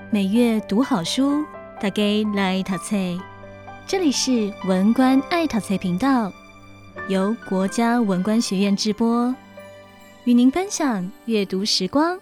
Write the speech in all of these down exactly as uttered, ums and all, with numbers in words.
每月读好书，大家来读册。这里是文官爱读册频道，由国家文官学院制播，与您分享阅读时光。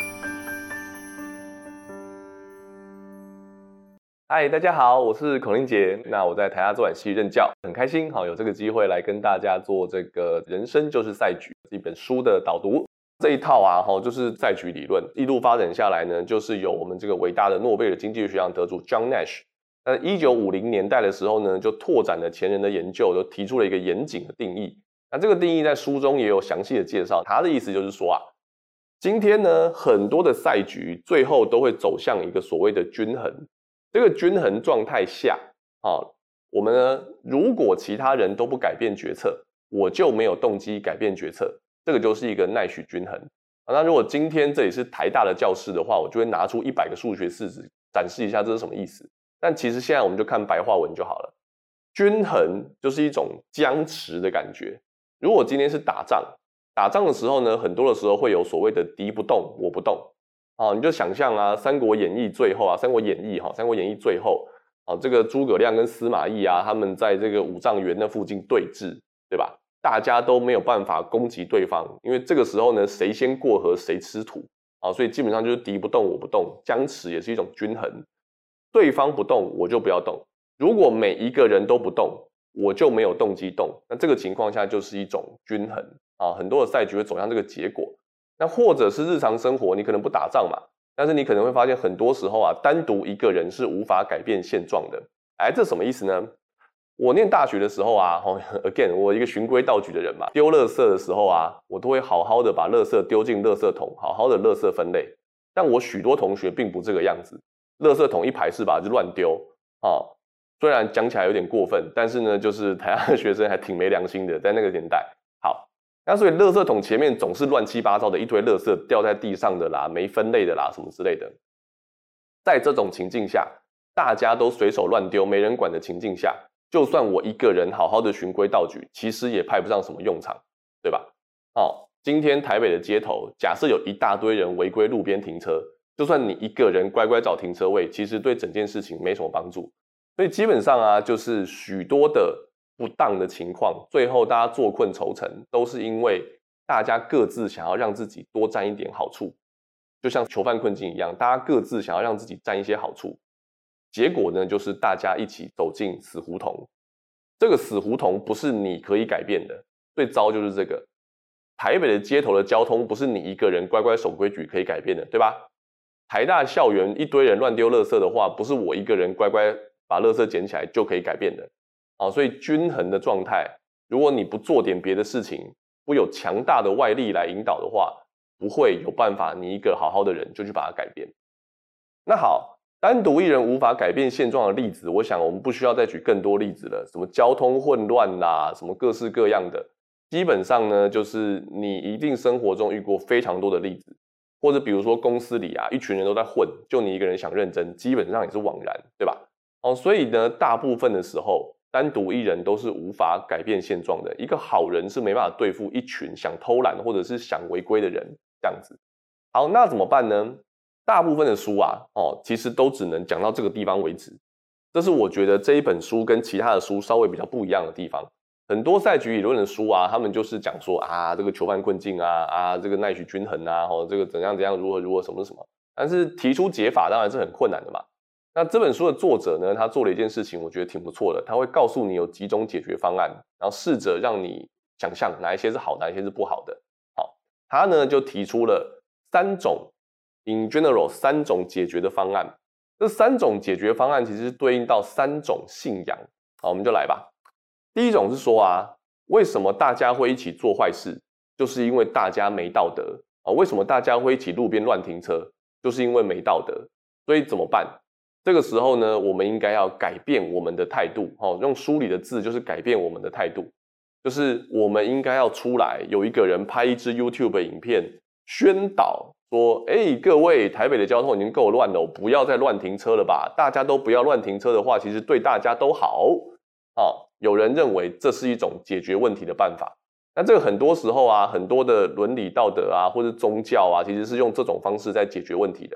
嗨，大家好，我是孔令杰。那我在台大作展系任教，很开心好有这个机会来跟大家做这个人生就是赛局这本书的导读。这一套啊，就是赛局理论，一路发展下来呢，就是由我们这个伟大的诺贝尔经济学奖得主 John Nash， 那一九五零年代的时候呢，就拓展了前人的研究，就提出了一个严谨的定义。那这个定义在书中也有详细的介绍，他的意思就是说啊，今天呢，很多的赛局最后都会走向一个所谓的均衡。这个均衡状态下，啊，我们呢，如果其他人都不改变决策，我就没有动机改变决策。这个就是一个奈许均衡。那如果今天这里是台大的教室的话，我就会拿出一百个数学式子展示一下这是什么意思。但其实现在我们就看白话文就好了。均衡就是一种僵持的感觉。如果今天是打仗，打仗的时候呢，很多的时候会有所谓的敌不动我不动。啊，你就想象啊，《三国演义》最后啊，《三国演义》哈，《三国演义》最后啊，这个诸葛亮跟司马懿啊，他们在这个五丈原那附近对峙，对吧？大家都没有办法攻击对方，因为这个时候呢，谁先过河谁吃土啊，所以基本上就是敌不动我不动，僵持也是一种均衡。对方不动我就不要动，如果每一个人都不动，我就没有动机动，那这个情况下就是一种均衡啊。很多的赛局会走向这个结果。那或者是日常生活，你可能不打仗嘛，但是你可能会发现很多时候啊，单独一个人是无法改变现状的。哎，这什么意思呢？我念大学的时候啊 ，again， 我一个循规蹈矩的人嘛，丢垃圾的时候啊，我都会好好的把垃圾丢进垃圾桶，好好的垃圾分类。但我许多同学并不这个样子，垃圾桶一排是吧，就乱丢啊。虽然讲起来有点过分，但是呢，就是台大的学生还挺没良心的，在那个年代。好，那所以垃圾桶前面总是乱七八糟的一堆垃圾掉在地上的啦，没分类的啦，什么之类的。在这种情境下，大家都随手乱丢，没人管的情境下，就算我一个人好好的循规蹈矩，其实也派不上什么用场，对吧？哦，今天台北的街头，假设有一大堆人违规路边停车，就算你一个人乖乖找停车位，其实对整件事情没什么帮助。所以基本上啊，就是许多的不当的情况，最后大家坐困愁城，都是因为大家各自想要让自己多占一点好处，就像囚犯困境一样，大家各自想要让自己占一些好处。结果呢，就是大家一起走进死胡同。这个死胡同不是你可以改变的，最糟就是这个。台北的街头的交通不是你一个人乖乖守规矩可以改变的，对吧？台大校园一堆人乱丢垃圾的话，不是我一个人乖乖把垃圾捡起来就可以改变的。啊，所以均衡的状态，如果你不做点别的事情，不有强大的外力来引导的话，不会有办法你一个好好的人就去把它改变。那好，单独一人无法改变现状的例子，我想我们不需要再举更多例子了，什么交通混乱啦，什么各式各样的，基本上呢，就是你一定生活中遇过非常多的例子，或者比如说公司里啊，一群人都在混，就你一个人想认真，基本上也是枉然，对吧？哦，所以呢，大部分的时候，单独一人都是无法改变现状的。一个好人是没办法对付一群想偷懒或者是想违规的人，这样子。好，那怎么办呢？大部分的书啊，哦，其实都只能讲到这个地方为止。这是我觉得这一本书跟其他的书稍微比较不一样的地方。很多赛局理论的书啊，他们就是讲说啊，这个囚犯困境啊，啊，这个奈许均衡啊，哦，这个怎样怎样，如何如何，什么什么。但是提出解法当然是很困难的嘛。那这本书的作者呢，他做了一件事情，我觉得挺不错的。他会告诉你有几种解决方案，然后试着让你想象哪一些是好，哪一些是不好的。好，他呢就提出了三种 in general 三种解决的方案。这三种解决方案其实是对应到三种信仰。好，我们就来吧。第一种是说啊，为什么大家会一起做坏事？就是因为大家没道德啊。为什么大家会一起路边乱停车？就是因为没道德。所以怎么办？这个时候呢，我们应该要改变我们的态度。哦，用书里的字就是改变我们的态度，就是我们应该要出来，有一个人拍一支 YouTube 影片，宣导说，哎，各位，台北的交通已经够乱了，不要再乱停车了吧？大家都不要乱停车的话，其实对大家都好。哦，有人认为这是一种解决问题的办法。那这个很多时候啊，很多的伦理道德啊，或者宗教啊，其实是用这种方式在解决问题的。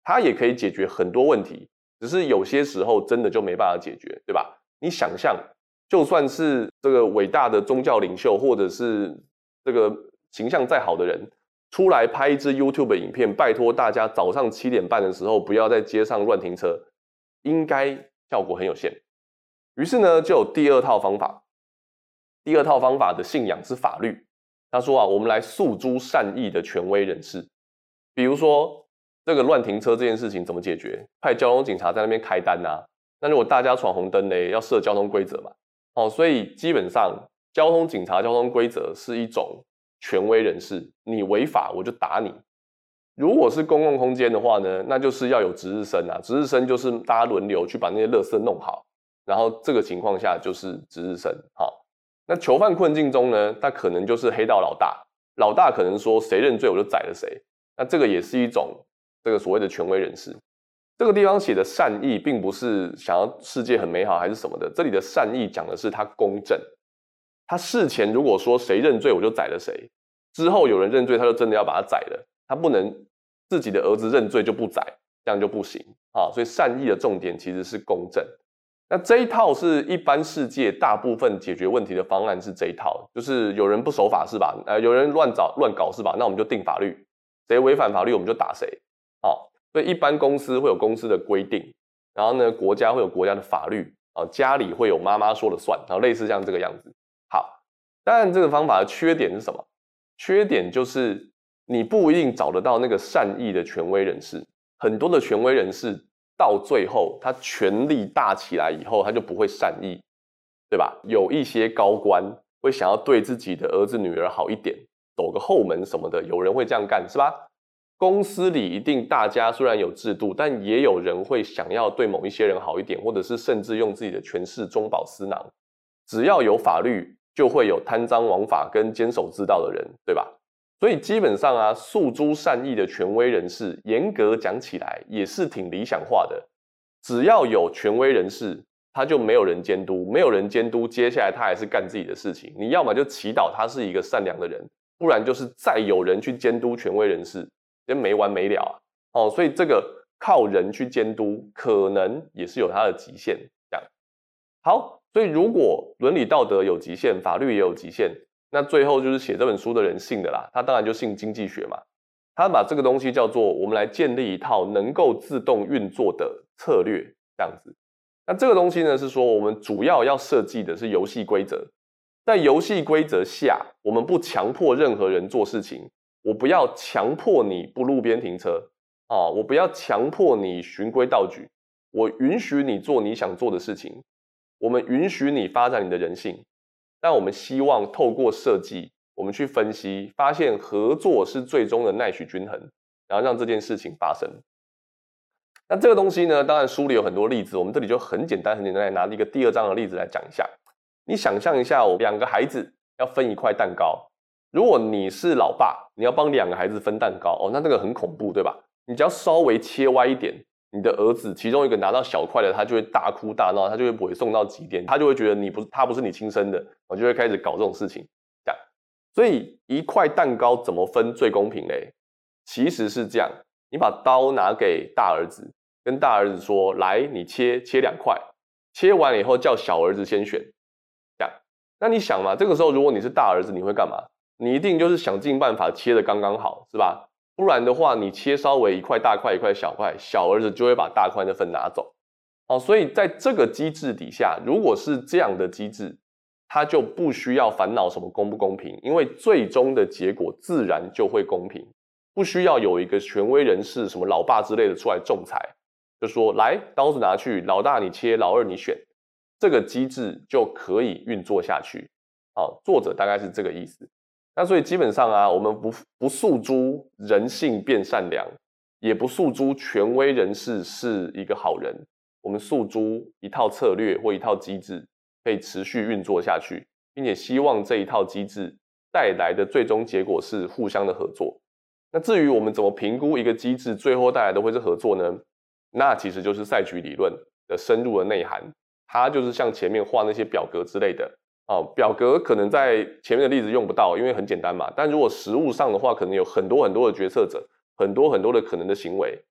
它也可以解决很多问题，只是有些时候真的就没办法解决，对吧？你想象，就算是这个伟大的宗教领袖，或者是这个形象再好的人，出来拍一支 YouTube 影片，拜托大家早上七点半的时候不要在街上乱停车，应该效果很有限。于是呢，就有第二套方法。第二套方法的信仰是法律。他说啊，我们来诉诸善意的权威人士，比如说这个乱停车这件事情怎么解决？派交通警察在那边开单啊。那如果大家闯红灯呢，要设交通规则嘛。哦，所以基本上交通警察交通规则是一种权威人士，你违法我就打你。如果是公共空间的话呢，那就是要有值日生啊，值日生就是大家轮流去把那些垃圾弄好，然后这个情况下就是值日生。好。那囚犯困境中呢，他可能就是黑道老大，老大可能说谁认罪我就宰了谁，那这个也是一种这个所谓的权威人士。这个地方写的善意并不是想要世界很美好还是什么的，这里的善意讲的是他公正，他事前如果说谁认罪我就宰了谁，之后有人认罪他就真的要把他宰了，他不能自己的儿子认罪就不宰，这样就不行啊。所以善意的重点其实是公正。那这一套是一般世界大部分解决问题的方案是这一套，就是有人不守法是吧？呃，有人乱找乱搞是吧？那我们就定法律，谁违反法律我们就打谁。好，所以一般公司会有公司的规定，然后呢，国家会有国家的法律，啊，家里会有妈妈说了算，然后类似像这个样子。好，当然这个方法的缺点是什么？缺点就是你不一定找得到那个善意的权威人士，很多的权威人士。到最后他权力大起来以后他就不会善意，对吧？有一些高官会想要对自己的儿子女儿好一点，走个后门什么的，有人会这样干是吧？公司里一定大家虽然有制度，但也有人会想要对某一些人好一点，或者是甚至用自己的权势中饱私囊。只要有法律就会有贪赃枉法跟监守自盗的人，对吧？所以基本上啊，诉诸善意的权威人士，严格讲起来也是挺理想化的。只要有权威人士，他就没有人监督，没有人监督，接下来他还是干自己的事情。你要么就祈祷他是一个善良的人，不然就是再有人去监督权威人士，真没完没了啊！哦，所以这个靠人去监督，可能也是有它的极限。这样好，所以如果伦理道德有极限，法律也有极限。那最后就是写这本书的人信的啦，他当然就信经济学嘛。他把这个东西叫做我们来建立一套能够自动运作的策略，这样子。那这个东西呢是说我们主要要设计的是游戏规则，在游戏规则下，我们不强迫任何人做事情，我不要强迫你不路边停车啊，我不要强迫你循规蹈矩，我允许你做你想做的事情，我们允许你发展你的人性。但我们希望透过设计，我们去分析，发现合作是最终的奈许均衡，然后让这件事情发生。那这个东西呢，当然书里有很多例子，我们这里就很简单很简单来拿一个第二章的例子来讲一下。你想象一下，两个孩子要分一块蛋糕，如果你是老爸，你要帮两个孩子分蛋糕，哦，那这个很恐怖，对吧？你只要稍微切歪一点，你的儿子其中一个拿到小块的，他就会大哭大闹，他就会不会送到极点，他就会觉得你不是他不是你亲生的，我就会开始搞这种事情。这样，所以一块蛋糕怎么分最公平嘞？其实是这样，你把刀拿给大儿子，跟大儿子说：“来，你切切两块，切完了以后叫小儿子先选。”这样，那你想嘛，这个时候如果你是大儿子，你会干嘛？你一定就是想尽办法切得刚刚好，是吧？不然的话，你切稍微一块大块一块小块，小儿子就会把大块那份拿走。哦，所以在这个机制底下，如果是这样的机制，他就不需要烦恼什么公不公平，因为最终的结果自然就会公平，不需要有一个权威人士，什么老爸之类的出来仲裁，就说来刀子拿去，老大你切，老二你选，这个机制就可以运作下去。哦，作者大概是这个意思。那所以基本上啊，我们不不诉诸人性变善良，也不诉诸权威人士是一个好人，我们诉诸一套策略或一套机制，可以持续运作下去，并且希望这一套机制带来的最终结果是互相的合作。那至于我们怎么评估一个机制最后带来的会是合作呢？那其实就是赛局理论的深入的内涵，它就是像前面画那些表格之类的。哦，表格可能在前面的例子用不到，因为很简单嘛。但如果实务上的话，可能有很多很多的决策者，很多很多的可能的行为。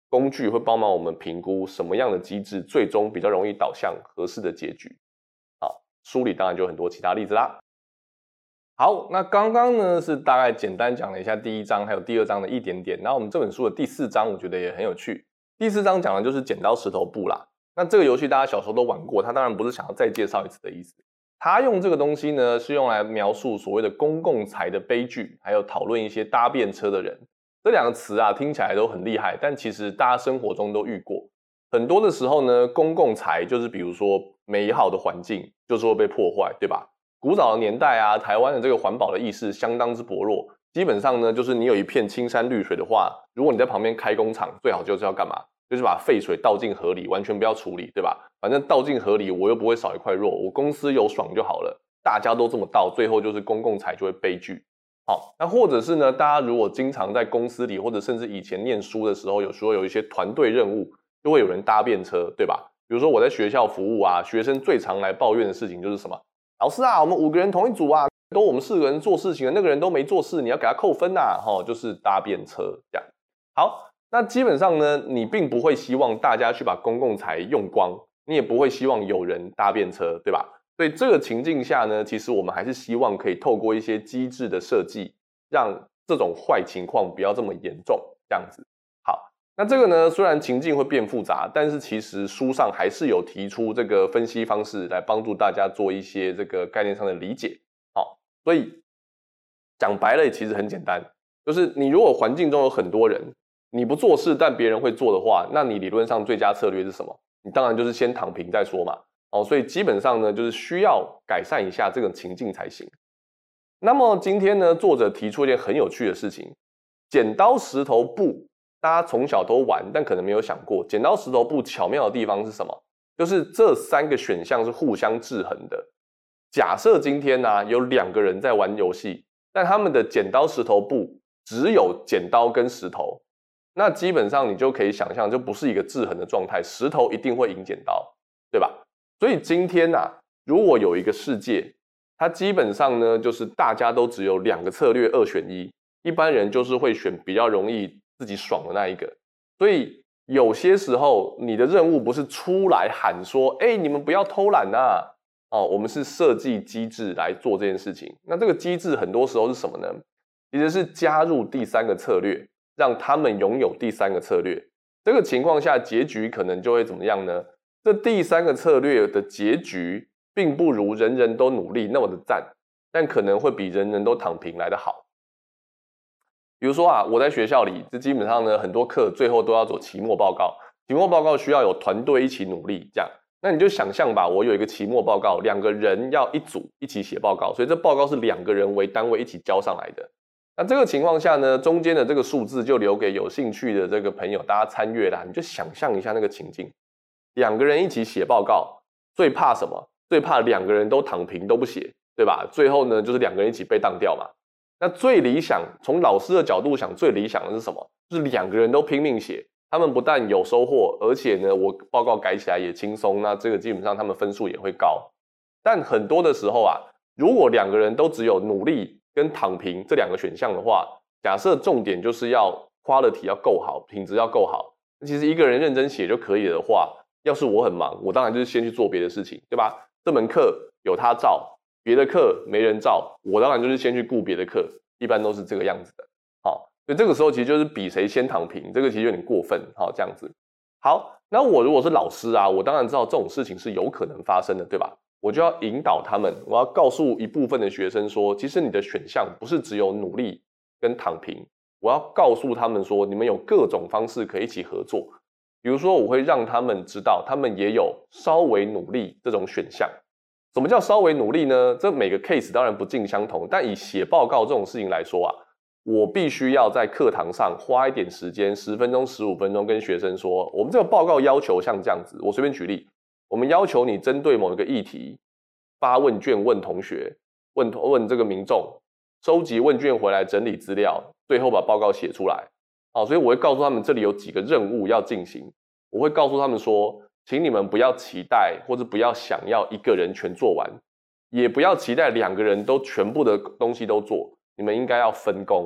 工具会帮忙我们评估什么样的机制最终比较容易导向合适的结局。好，书里当然就有很多其他例子啦。好，那刚刚呢是大概简单讲了一下第一章还有第二章的一点点，那我们这本书的第四章我觉得也很有趣。第四章讲的就是剪刀石头布啦。那这个游戏大家小时候都玩过，它当然不是想要再介绍一次的意思。它用这个东西呢是用来描述所谓的公共财的悲剧，还有讨论一些搭便车的人。这两个词啊听起来都很厉害，但其实大家生活中都遇过。很多的时候呢，公共财就是比如说美好的环境就是会被破坏，对吧？古早的年代啊，台湾的这个环保的意识相当之薄弱，基本上呢，就是你有一片青山绿水的话，如果你在旁边开工厂，最好就是要干嘛？就是把废水倒进河里，完全不要处理，对吧？反正倒进河里，我又不会少一块肉，我公司有爽就好了。大家都这么倒，最后就是公共财就会悲剧。好，那或者是呢，大家如果经常在公司里，或者甚至以前念书的时候，有时候有一些团队任务，就会有人搭便车，对吧？比如说我在学校服务啊，学生最常来抱怨的事情就是什么？老师啊，我们五个人同一组啊，都我们四个人做事情，那个人都没做事，你要给他扣分啊，齁，就是搭便车这样。好，那基本上呢，你并不会希望大家去把公共财用光，你也不会希望有人搭便车，对吧？所以这个情境下呢，其实我们还是希望可以透过一些机制的设计，让这种坏情况不要这么严重，这样子。好，那这个呢，虽然情境会变复杂，但是其实书上还是有提出这个分析方式来帮助大家做一些这个概念上的理解。好，所以讲白了其实很简单，就是你如果环境中有很多人，你不做事但别人会做的话，那你理论上最佳策略是什么？你当然就是先躺平再说嘛。哦，所以基本上呢，就是需要改善一下这个情境才行。那么今天呢，作者提出一件很有趣的事情：剪刀石头布，大家从小都玩，但可能没有想过，剪刀石头布巧妙的地方是什么？就是这三个选项是互相制衡的。假设今天呢、啊、有两个人在玩游戏，但他们的剪刀石头布只有剪刀跟石头，那基本上你就可以想象，就不是一个制衡的状态，石头一定会赢剪刀，对吧？所以今天啊，如果有一个世界，它基本上呢，就是大家都只有两个策略，二选一，一般人就是会选比较容易自己爽的那一个。所以有些时候，你的任务不是出来喊说，哎，你们不要偷懒啊，哦，我们是设计机制来做这件事情。那这个机制很多时候是什么呢？其实是加入第三个策略，让他们拥有第三个策略。这个情况下，结局可能就会怎么样呢？这第三个策略的结局并不如人人都努力那么的赞，但可能会比人人都躺平来得好。比如说啊，我在学校里，这基本上呢，很多课最后都要做期末报告，期末报告需要有团队一起努力，这样，那你就想象吧，我有一个期末报告，两个人要一组一起写报告，所以这报告是两个人为单位一起交上来的。那这个情况下呢，中间的这个数字就留给有兴趣的这个朋友大家参阅啦，你就想象一下那个情境。两个人一起写报告，最怕什么？最怕两个人都躺平都不写，对吧？最后呢，就是两个人一起被当掉嘛。那最理想，从老师的角度想，最理想的是什么？就是两个人都拼命写，他们不但有收获，而且呢，我报告改起来也轻松，那这个基本上他们分数也会高。但很多的时候啊，如果两个人都只有努力跟躺平这两个选项的话，假设重点就是要 quality 要够好，品质要够好，其实一个人认真写就可以的话，要是我很忙，我当然就是先去做别的事情，对吧？这门课有他照，别的课没人照，我当然就是先去顾别的课，一般都是这个样子的。好，所以这个时候其实就是比谁先躺平，这个其实有点过分，好，这样子。好，那我如果是老师啊，我当然知道这种事情是有可能发生的，对吧？我就要引导他们，我要告诉一部分的学生说，其实你的选项不是只有努力跟躺平，我要告诉他们说，你们有各种方式可以一起合作。比如说，我会让他们知道，他们也有稍微努力这种选项。什么叫稍微努力呢？这每个 case 当然不尽相同，但以写报告这种事情来说啊，我必须要在课堂上花一点时间，十分钟、十五分钟，跟学生说，我们这个报告要求像这样子。我随便举例，我们要求你针对某一个议题发问卷，问同学，问问这个民众，收集问卷回来，整理资料，最后把报告写出来。好，所以我会告诉他们这里有几个任务要进行。我会告诉他们说，请你们不要期待或者不要想要一个人全做完，也不要期待两个人都全部的东西都做，你们应该要分工。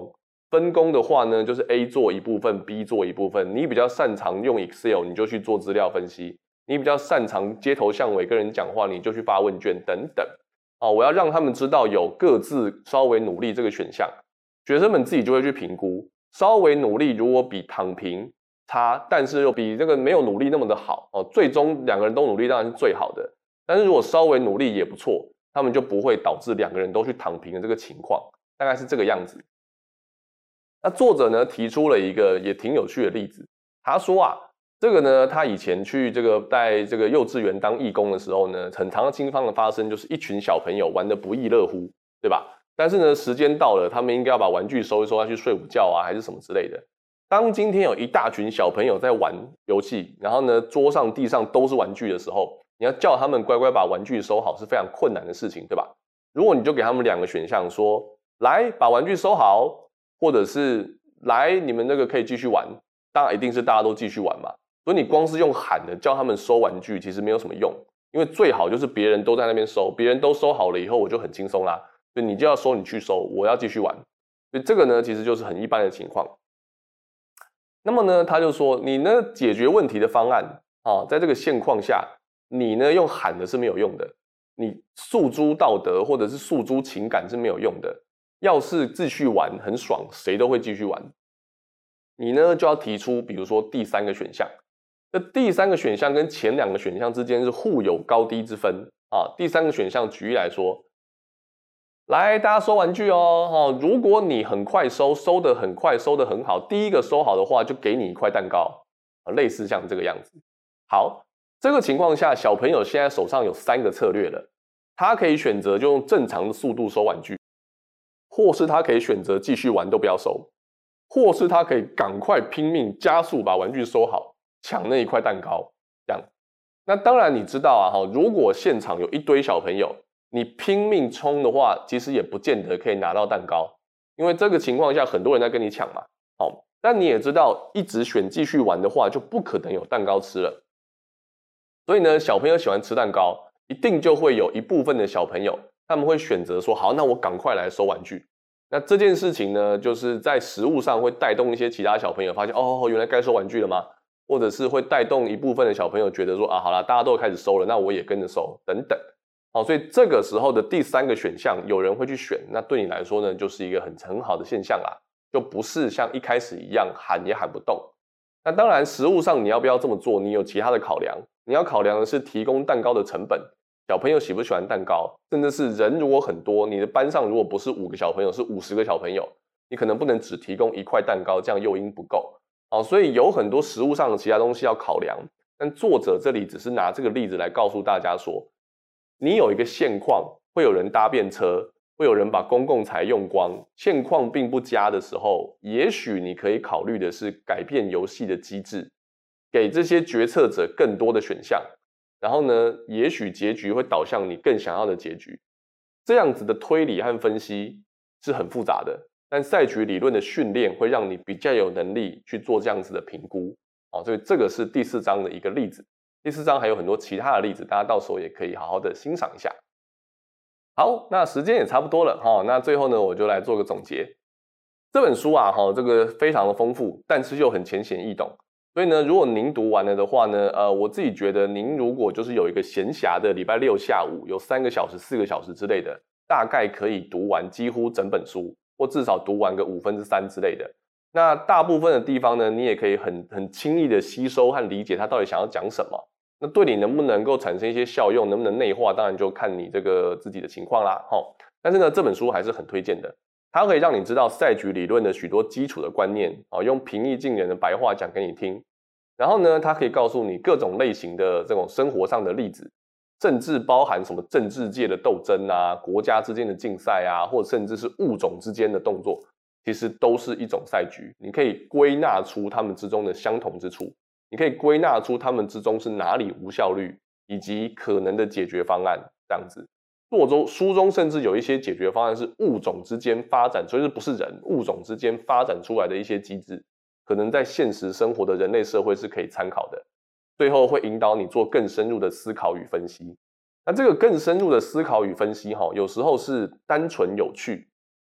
分工的话呢，就是 A 做一部分 ，B 做一部分。你比较擅长用 Excel， 你就去做资料分析；你比较擅长街头巷尾跟人讲话，你就去发问卷等等。哦，我要让他们知道有各自稍微努力这个选项，学生们自己就会去评估。稍微努力如果比躺平差，但是又比那个没有努力那么的好哦，最终两个人都努力当然是最好的。但是如果稍微努力也不错，他们就不会导致两个人都去躺平的这个情况，大概是这个样子。那作者呢提出了一个也挺有趣的例子，他说啊，这个呢他以前去这个在这个幼稚园当义工的时候呢，很常经常的发生就是一群小朋友玩得不亦乐乎，对吧？但是呢时间到了，他们应该要把玩具收一收，要去睡午觉啊，还是什么之类的。当今天有一大群小朋友在玩游戏，然后呢桌上地上都是玩具的时候，你要叫他们乖乖把玩具收好是非常困难的事情，对吧？如果你就给他们两个选项说，来把玩具收好，或者是来你们那个可以继续玩，当然一定是大家都继续玩嘛。所以你光是用喊的叫他们收玩具其实没有什么用，因为最好就是别人都在那边收，别人都收好了以后我就很轻松啦，所以你就要收你去收，我要继续玩。所以这个呢其实就是很一般的情况。那么呢他就说你呢解决问题的方案啊，在这个现况下你呢用喊的是没有用的，你诉诸道德或者是诉诸情感是没有用的。要是继续玩很爽，谁都会继续玩。你呢就要提出比如说第三个选项，这第三个选项跟前两个选项之间是互有高低之分啊。第三个选项举例来说，来大家收玩具哦，哦如果你很快收，收得很快，收得很好，第一个收好的话就给你一块蛋糕，类似像这个样子。好，这个情况下小朋友现在手上有三个策略了，他可以选择就用正常的速度收玩具，或是他可以选择继续玩都不要收，或是他可以赶快拼命加速把玩具收好，抢那一块蛋糕这样。那当然你知道啊，如果现场有一堆小朋友，你拼命冲的话其实也不见得可以拿到蛋糕，因为这个情况下很多人在跟你抢嘛。好，但你也知道一直选继续玩的话就不可能有蛋糕吃了。所以呢小朋友喜欢吃蛋糕，一定就会有一部分的小朋友他们会选择说好，那我赶快来收玩具。那这件事情呢就是在实务上会带动一些其他小朋友发现哦原来该收玩具了吗？或者是会带动一部分的小朋友觉得说啊好啦，大家都开始收了，那我也跟着收等等。好，所以这个时候的第三个选项有人会去选，那对你来说呢就是一个很很好的现象啦，就不是像一开始一样喊也喊不动。那当然实务上你要不要这么做，你有其他的考量，你要考量的是提供蛋糕的成本，小朋友喜不喜欢蛋糕，甚至是人如果很多，你的班上如果不是五个小朋友是五十个小朋友，你可能不能只提供一块蛋糕，这样诱因不够。好，所以有很多实务上的其他东西要考量，但作者这里只是拿这个例子来告诉大家说，你有一个现况，会有人搭便车，会有人把公共财用光，现况并不佳的时候，也许你可以考虑的是改变游戏的机制，给这些决策者更多的选项，然后呢也许结局会导向你更想要的结局。这样子的推理和分析是很复杂的，但赛局理论的训练会让你比较有能力去做这样子的评估。好，所以这个是第四章的一个例子。第四章还有很多其他的例子，大家到时候也可以好好的欣赏一下。好，那时间也差不多了哈，那最后呢我就来做个总结。这本书啊哈，这个非常的丰富，但是又很浅显易懂。所以呢如果您读完了的话呢，呃，我自己觉得您如果就是有一个闲暇的礼拜六下午，有三个小时四个小时之类的，大概可以读完几乎整本书，或至少读完个五分之三之类的。那大部分的地方呢，你也可以很很轻易的吸收和理解他到底想要讲什么。那对你能不能够产生一些效用，能不能内化，当然就看你这个自己的情况啦。齁，但是呢这本书还是很推荐的，它可以让你知道赛局理论的许多基础的观念，用平易近人的白话讲给你听。然后呢它可以告诉你各种类型的这种生活上的例子，甚至包含什么政治界的斗争啊，国家之间的竞赛啊，或者甚至是物种之间的动作，其实都是一种赛局。你可以归纳出它们之中的相同之处，你可以归纳出它们之中是哪里无效率，以及可能的解决方案这样子。作中书中甚至有一些解决方案是物种之间发展，所以不是人，物种之间发展出来的一些机制，可能在现实生活的人类社会是可以参考的，最后会引导你做更深入的思考与分析。那这个更深入的思考与分析有时候是单纯有趣，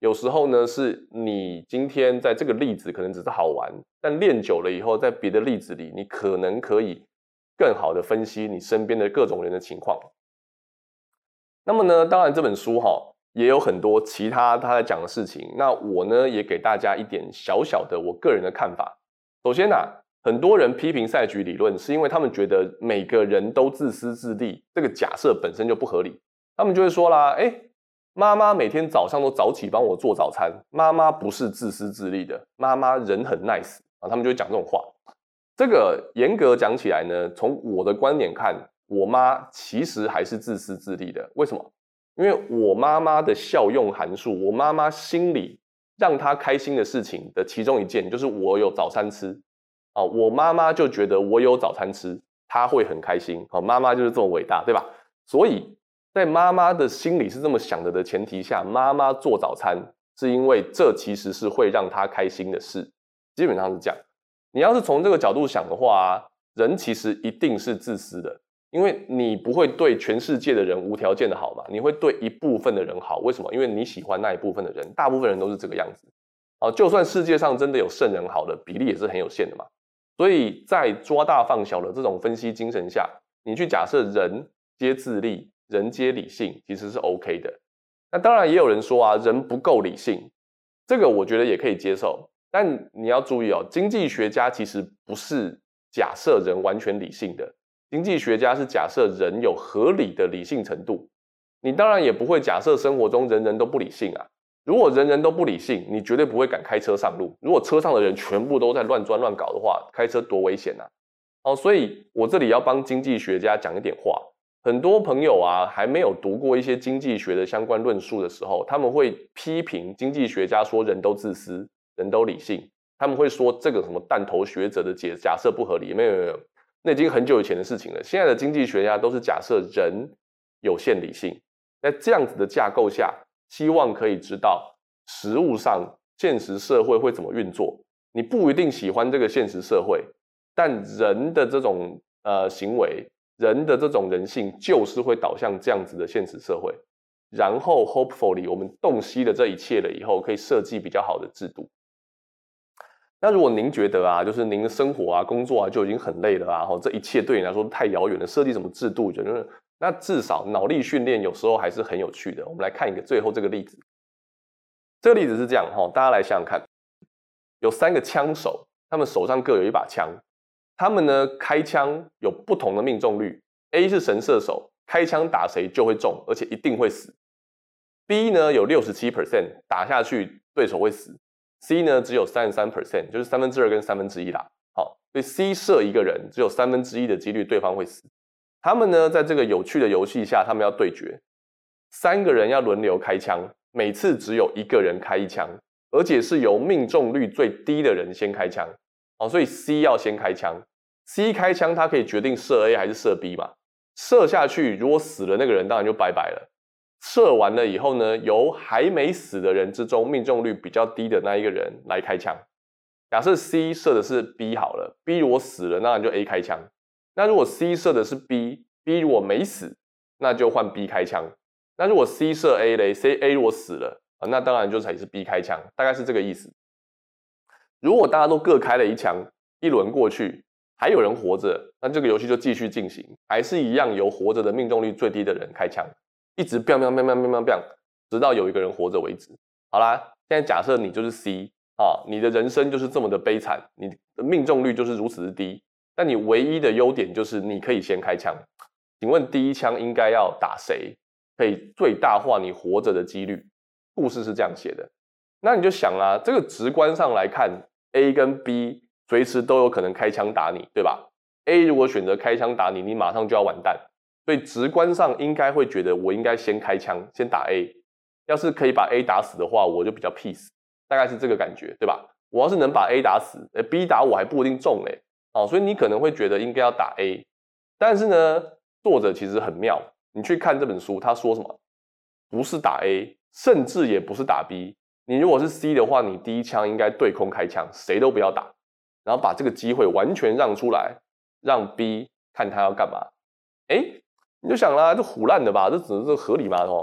有时候呢是你今天在这个例子可能只是好玩，但练久了以后，在别的例子里，你可能可以更好的分析你身边的各种人的情况。那么呢，当然这本书哈也有很多其他他在讲的事情，那我呢也给大家一点小小的我个人的看法。首先啊，很多人批评赛局理论是因为他们觉得每个人都自私自利，这个假设本身就不合理。他们就会说啦，哎，妈妈每天早上都早起帮我做早餐，妈妈不是自私自利的，妈妈人很 nice 啊，他们就会讲这种话。这个严格讲起来呢，从我的观点看，我妈其实还是自私自利的。为什么？因为我妈妈的效用函数，我妈妈心里让她开心的事情的其中一件就是我有早餐吃啊，我妈妈就觉得我有早餐吃，她会很开心。好，妈妈就是这么伟大，对吧？所以在妈妈的心里是这么想的的前提下，妈妈做早餐是因为这其实是会让她开心的事，基本上是这样。你要是从这个角度想的话啊，人其实一定是自私的，因为你不会对全世界的人无条件的好嘛，你会对一部分的人好。为什么？因为你喜欢那一部分的人，大部分人都是这个样子。啊，就算世界上真的有圣人好的比例也是很有限的嘛。所以在抓大放小的这种分析精神下，你去假设人皆自利，人皆理性，其实是 OK 的。那当然也有人说啊，人不够理性，这个我觉得也可以接受。但你要注意哦，经济学家其实不是假设人完全理性的，经济学家是假设人有合理的理性程度。你当然也不会假设生活中人人都不理性啊。如果人人都不理性，你绝对不会敢开车上路。如果车上的人全部都在乱钻乱搞的话，开车多危险啊！哦，所以我这里要帮经济学家讲一点话。很多朋友啊，还没有读过一些经济学的相关论述的时候，他们会批评经济学家说人都自私，人都理性。他们会说这个什么弹头学者的解假设不合理，没有没有没有，那已经很久以前的事情了。现在的经济学家都是假设人有限理性，在这样子的架构下，希望可以知道实务上现实社会会怎么运作。你不一定喜欢这个现实社会，但人的这种呃行为，人的这种人性就是会导向这样子的现实社会。然后 hopefully 我们洞悉了这一切了以后，可以设计比较好的制度。那如果您觉得啊，就是您的生活啊、工作啊就已经很累了啊，这一切对你来说太遥远了，设计什么制度，觉得那至少脑力训练有时候还是很有趣的。我们来看一个最后这个例子，这个例子是这样哈，大家来想想看，有三个枪手，他们手上各有一把枪，他们呢开枪有不同的命中率 ，A 是神射手，开枪打谁就会中，而且一定会死。B 呢有 百分之六十七 打下去对手会死。C 呢只有 百分之三十三， 就是三分之二跟三分之一啦。好，所以 C 射一个人只有三分之一的几率对方会死。他们呢在这个有趣的游戏下，他们要对决，三个人要轮流开枪，每次只有一个人开一枪，而且是由命中率最低的人先开枪。好，所以 C 要先开枪 ，C 开枪他可以决定射 A 还是射 B 嘛？射下去如果死了那个人当然就拜拜了。射完了以后呢，由还没死的人之中命中率比较低的那一个人来开枪。假设 C 射的是 B 好了 ，B 如果死了，那就 A 开枪。那如果 C 射的是 B，B 如果没死，那就换 B 开枪。那如果 C 射 A 嘞 ，C A 如果死了，那当然就才是 B 开枪，大概是这个意思。如果大家都各开了一枪，一轮过去，还有人活着，那这个游戏就继续进行，还是一样由活着的命中率最低的人开枪。一直 biang biang biang biang biang biang， 直到有一个人活着为止。好啦，现在假设你就是 C 啊，你的人生就是这么的悲惨，你的命中率就是如此之低。但你唯一的优点就是你可以先开枪。请问第一枪应该要打谁，可以最大化你活着的几率？故事是这样写的。那你就想啦，这个直观上来看 ，A 跟 B 随时都有可能开枪打你，对吧 ？A 如果选择开枪打你，你马上就要完蛋。所以直观上应该会觉得我应该先开枪，先打 A。要是可以把 A 打死的话，我就比较 peace， 大概是这个感觉，对吧？我要是能把 A 打死 ，B 打我还不一定中嘞。哦，所以你可能会觉得应该要打 A， 但是呢，作者其实很妙。你去看这本书，他说什么？不是打 A， 甚至也不是打 B。你如果是 C 的话，你第一枪应该对空开枪，谁都不要打，然后把这个机会完全让出来，让 B 看他要干嘛。哎。你就想啦，这唬烂的吧？这只是合理吗？哦，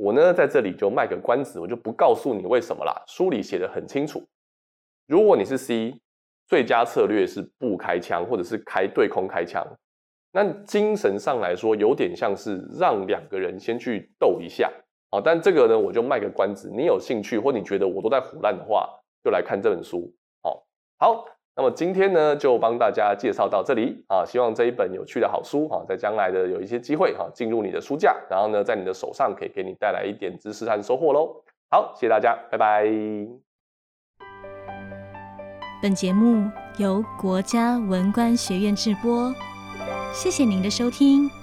我呢在这里就卖个关子，我就不告诉你为什么啦，书里写得很清楚。如果你是 C， 最佳策略是不开枪或者是开对空开枪，那精神上来说有点像是让两个人先去斗一下。好，但这个呢我就卖个关子，你有兴趣或你觉得我都在唬烂的话，就来看这本书。好，好，那么今天呢就帮大家介绍到这里啊，希望这一本有趣的好书啊，在将来的有一些机会啊进入你的书架，然后呢在你的手上可以给你带来一点知识和收获咯。好，谢谢大家，拜拜。 本节目由国家文官学院制播，谢谢您的收听。